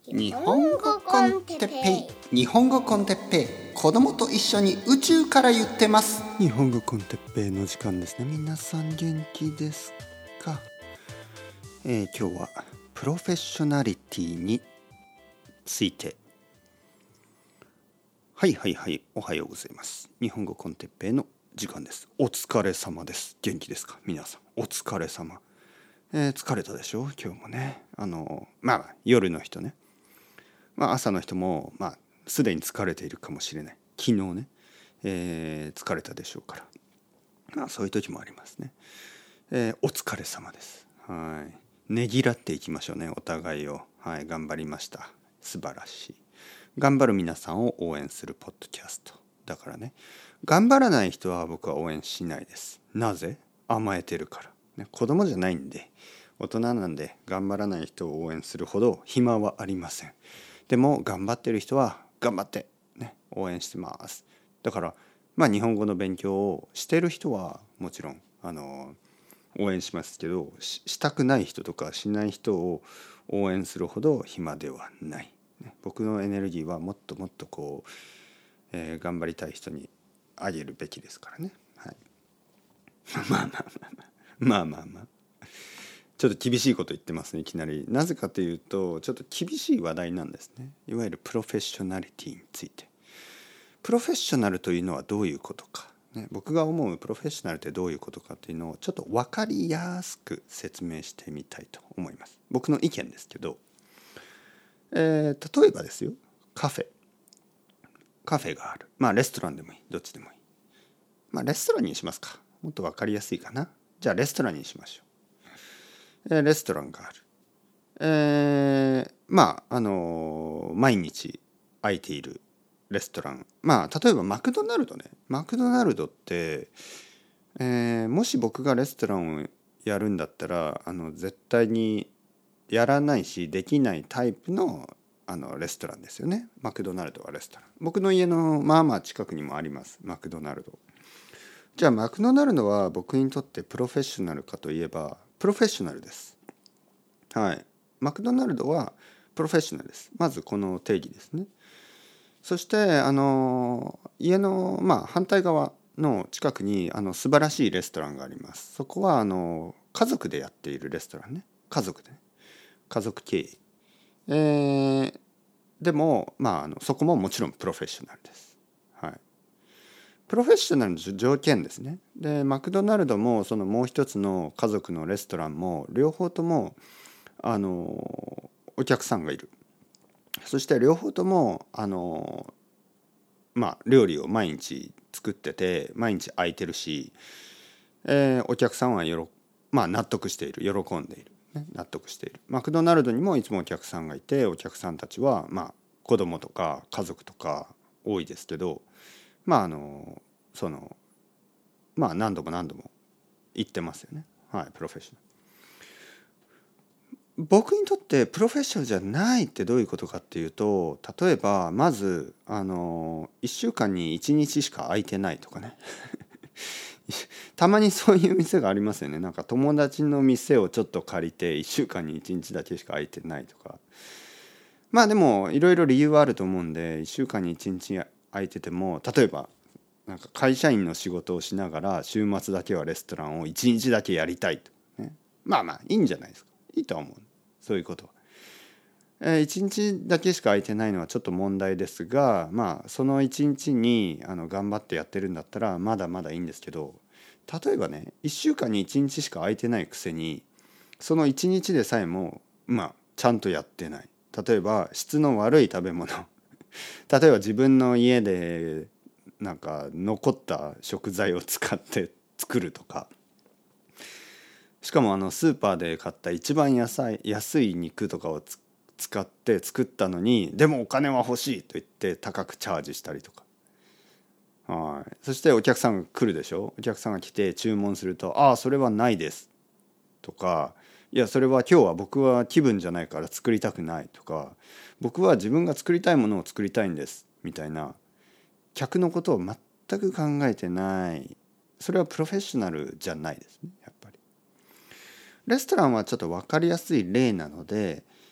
日本語コンテッペイ、日本語コンテッペイ、子供と一緒に宇宙から言ってます。 日本語コンテッペイの時間ですね。皆さん元気ですか？今日はプロフェッショナリティについて。はいおはようございます。日本語コンテッペイの時間です。お疲れ様です。元気ですか皆さん？お疲れ様。疲れたでしょ今日もね。夜の人ね、朝の人もすでに疲れているかもしれない。昨日ね、疲れたでしょうから、そういう時もありますね。お疲れ様です。はい。ねぎらっていきましょうね、お互いを。はい、頑張りました。素晴らしい。頑張る皆さんを応援するポッドキャストだからね。頑張らない人は僕は応援しないです。なぜ？甘えてるから、ね、子供じゃないんで、大人なんで頑張らない人を応援するほど暇はありません。でも頑張ってる人は頑張って、ね、応援してます。だから日本語の勉強をしてる人はもちろん応援しますけど、したくない人とかしない人を応援するほど暇ではない。僕のエネルギーはもっともっと頑張りたい人にあげるべきですからね。はい。ちょっと厳しいこと言ってますね、いきなり。なぜかというと、ちょっと厳しい話題なんですね。いわゆるプロフェッショナリティについて。プロフェッショナルというのはどういうことか、ね、僕が思うプロフェッショナルってどういうことかというのをちょっと分かりやすく説明してみたいと思います。僕の意見ですけど、例えばですよ、カフェがある。レストランでもいい、どっちでもいい。レストランにしますか。もっと分かりやすいかな。じゃあレストランにしましょう。レストランがある。毎日空いているレストラン。例えばマクドナルドね。マクドナルドって、もし僕がレストランをやるんだったら絶対にやらないしできないタイプのレストランですよね。マクドナルドはレストラン。僕の家の近くにもあります、マクドナルド。じゃあマクドナルドは僕にとってプロフェッショナルかといえばプロフェッショナルです。はい。マクドナルドはプロフェッショナルです。まずこの定義ですね。そして家の反対側の近くに素晴らしいレストランがあります。そこは家族でやっているレストランね。家族経営。でもそこももちろんプロフェッショナルです。はい。プロフェッショナルの条件ですね。でマクドナルドもそのもう一つの家族のレストランも両方ともお客さんがいる。そして両方とも料理を毎日作ってて毎日空いてるし、お客さんは納得している、喜んでいる、ね、納得している。マクドナルドにもいつもお客さんがいて、お客さんたちは子供とか家族とか多いですけど、何度も言ってますよね。はい、プロフェッショナル。僕にとってプロフェッショナルじゃないってどういうことかっていうと、例えばまず1週間に1日しか空いてないとかねたまにそういう店がありますよね。なんか友達の店をちょっと借りて1週間に1日だけしか空いてないとか。でもいろいろ理由はあると思うんで、1週間に1日空いてても、例えばなんか会社員の仕事をしながら週末だけはレストランを1日だけやりたいと、ね、いいんじゃないですか。いいとは思う。そういうことは。1日だけしか空いてないのはちょっと問題ですが、その1日に頑張ってやってるんだったらまだまだいいんですけど、例えばね、1週間に1日しか空いてないくせにその1日でさえもちゃんとやってない。例えば質の悪い食べ物例えば自分の家でなんか残った食材を使って作るとか、しかもスーパーで買った一番安い肉とかを使って作ったのに、でもお金は欲しいと言って高くチャージしたりとか。はい。そしてお客さんが来るでしょ。お客さんが来て注文すると、それはないですとか、いやそれは今日は僕は気分じゃないから作りたくないとか、僕は自分が作りたいものを作りたいんですみたいな、客のことを全く考えてない。それはプロフェッショナルじゃないですね、やっぱり。レストランはちょっと分かりやすい例なので、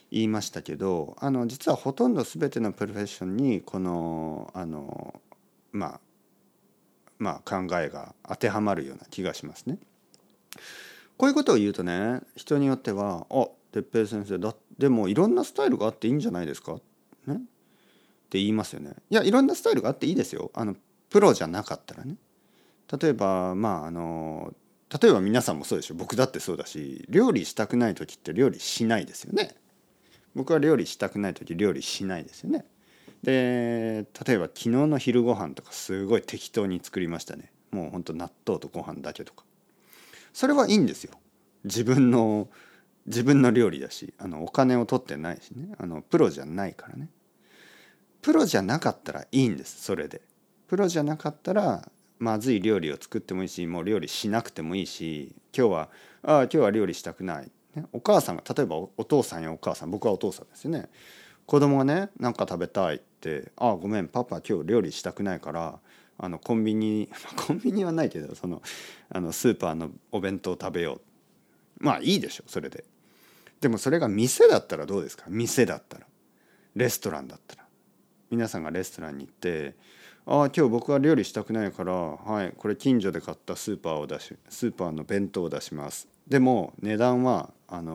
言いましたけど、実はほとんど全てのプロフェッションにこのまあ考えが当てはまるような気がしますね。こういうことを言うとね、人によっては「あ、哲平先生でもいろんなスタイルがあっていいんじゃないですか」ねって言いますよね。いや、いろんなスタイルがあっていいですよ。プロじゃなかったらね。例えば例えば皆さんもそうでしょ。僕だってそうだし、料理したくない時って料理しないですよね。僕は料理したくない時料理しないですよね。で、例えば昨日の昼ご飯とかすごい適当に作りましたね。もうほんと納豆とご飯だけとか。それはいいんですよ。自分の料理だし、お金を取ってないしね。プロじゃないからね。プロじゃなかったらいいんです。それでプロじゃなかったらまずい料理を作ってもいいし、もう料理しなくてもいいし、今日は料理したくない、ね、お母さんが、例えばお父さんやお母さん、僕はお父さんですよね。子供がね、なんか食べたいって、ごめんパパ今日料理したくないからコンビニコンビニはないけどスーパーのお弁当食べよう。まあいいでしょそれで。でもそれが店だったらどうですか。店だったら、レストランだったら、皆さんがレストランに行って、今日僕は料理したくないから、はい、これ近所で買ったスーパーの弁当を出します。でも値段は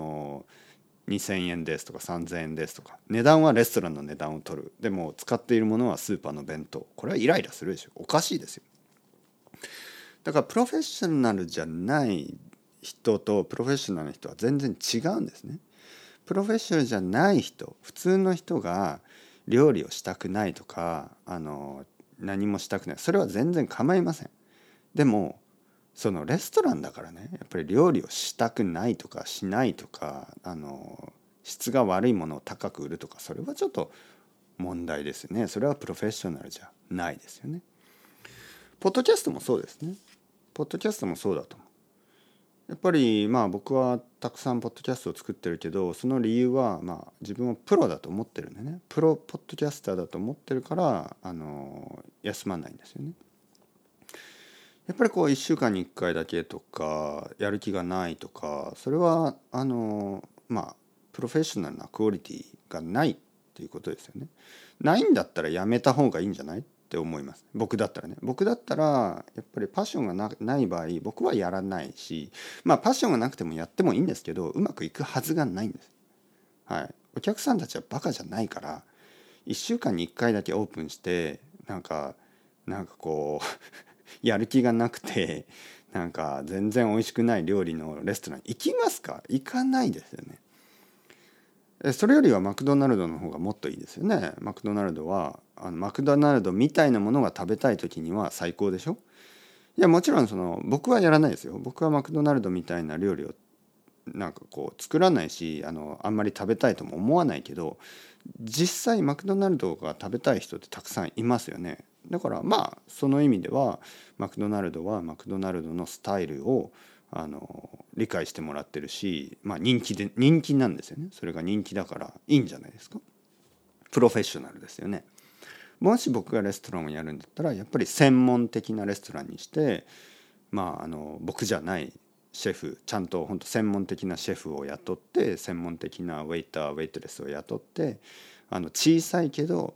2,000円ですとか3,000円ですとか、値段はレストランの値段を取る。でも使っているものはスーパーの弁当。これはイライラするでしょ。おかしいですよ。だからプロフェッショナルじゃない人とプロフェッショナルな人は全然違うんですね。プロフェッショナルじゃない人、普通の人が料理をしたくないとか何もしたくない、それは全然構いません。でもそのレストランだからね、やっぱり料理をしたくないとかしないとか質が悪いものを高く売るとか、それはちょっと問題ですよね。それはプロフェッショナルじゃないですよね。ポッドキャストもそうですね。ポッドキャストもそうだと思う。やっぱり僕はたくさんポッドキャストを作ってるけど、その理由は自分をプロだと思ってるんでね、プロポッドキャスターだと思ってるから休まないんですよね。やっぱり1週間に1回だけとかやる気がないとか、それはプロフェッショナルなクオリティがないっていうことですよね。ないんだったらやめた方がいいんじゃないって思います。僕だったらやっぱりパッションがない場合、僕はやらないし、パッションがなくてもやってもいいんですけど、うまくいくはずがないんです。はい、お客さんたちはバカじゃないから、1週間に1回だけオープンしてなんかやる気がなくて全然美味しくない料理のレストラン行きますか？行かないですよね。それよりはマクドナルドの方がもっといいですよね。マクドナルドはマクドナルドみたいなものが食べたい時には最高でしょ。いやもちろん僕はやらないですよ。僕はマクドナルドみたいな料理を作らないし、あんまり食べたいとも思わないけど、実際マクドナルドが食べたい人ってたくさんいますよね。だからその意味ではマクドナルドはマクドナルドのスタイルを理解してもらってるし、人気なんですよね。それが人気だからいいんじゃないですか。プロフェッショナルですよね。もし僕がレストランをやるんだったら、やっぱり専門的なレストランにして、僕じゃないシェフ、ちゃんと本当専門的なシェフを雇って、専門的なウェイターウェイトレスを雇って、小さいけど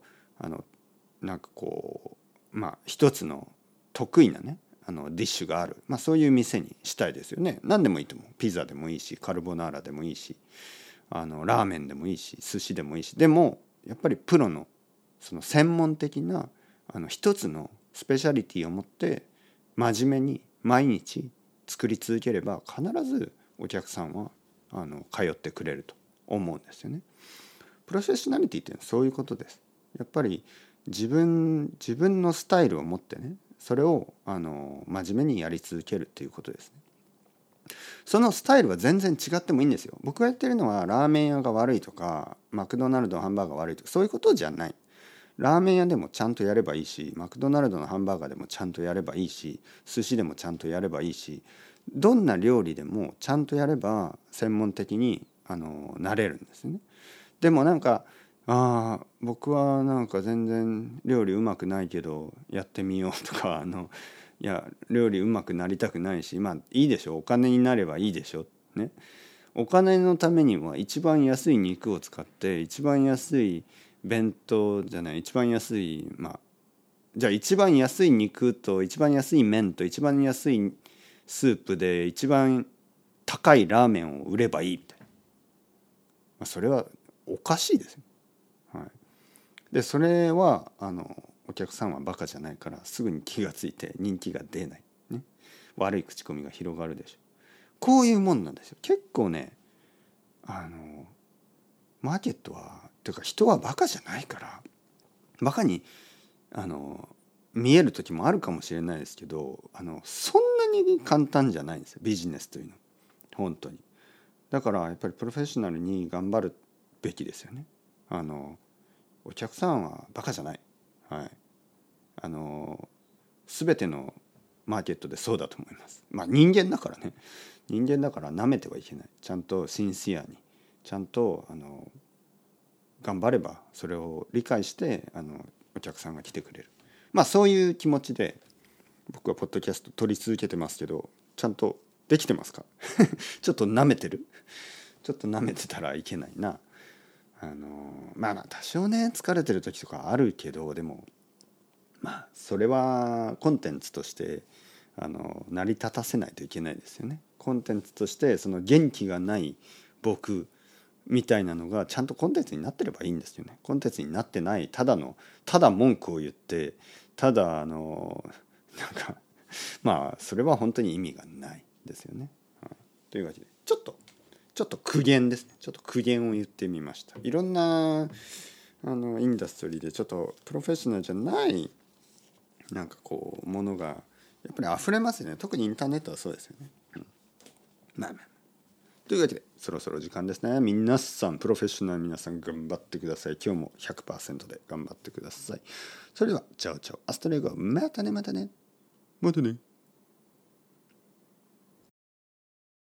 一つの得意なねディッシュがある、そういう店にしたいですよね。何でもいいと思う。ピザでもいいし、カルボナーラでもいいし、ラーメンでもいいし、寿司でもいいし。でもやっぱりプロのその専門的な一つのスペシャリティを持って真面目に毎日作り続ければ、必ずお客さんは通ってくれると思うんですよね。プロフェッショナリティっていうのはそういうことです。やっぱり自分のスタイルを持ってね、それを真面目にやり続けるっていうことですね。そのスタイルは全然違ってもいいんですよ。僕が言ってるのはラーメン屋が悪いとかマクドナルドのハンバーガーが悪いとか、そういうことじゃない。ラーメン屋でもちゃんとやればいいし、マクドナルドのハンバーガーでもちゃんとやればいいし、寿司でもちゃんとやればいいし、どんな料理でもちゃんとやれば専門的になれるんですね。でも僕は全然料理うまくないけどやってみようとか、いや料理うまくなりたくないし、いいでしょ、お金になればいいでしょね。 お金のためには一番安い肉を使って一番安い弁当じゃない一番安いじゃあ一番安い肉と一番安い麺と一番安いスープで一番高いラーメンを売ればいいみたいな、それはおかしいですよ。はい、でそれはお客さんはバカじゃないからすぐに気がついて人気が出ない、ね、悪い口コミが広がるでしょ。こういうもんなんですよ。結構ねマーケットはというか人はバカじゃないからバカに見える時もあるかもしれないですけどそんなに簡単じゃないんですよ、ビジネスというの本当に。だからやっぱりプロフェッショナルに頑張るべきですよね。お客さんはバカじゃない、はい、全てのマーケットでそうだと思います。人間だからね、人間だから舐めてはいけない。ちゃんとシンシアにちゃんと頑張ればそれを理解してお客さんが来てくれる。そういう気持ちで僕はポッドキャスト撮り続けてますけど、ちゃんとできてますかちょっと舐めてるちょっと舐めてたらいけないな。多少ね疲れてる時とかあるけど、でもそれはコンテンツとして成り立たせないといけないですよね。コンテンツとしてその元気がない僕みたいなのがちゃんとコンテンツになってればいいんですよね。コンテンツになってないただ文句を言ってただそれは本当に意味がないですよね。というわけでちょっと苦言ですね。ちょっと苦言を言ってみました。いろんなインダストリーでちょっとプロフェッショナルじゃないものがやっぱり溢れますよね。特にインターネットはそうですよね。というわけでそろそろ時間ですね。皆さんプロフェッショナル皆さん頑張ってください。今日も 100% で頑張ってください。それではチャオチャオアストレゴ、またね。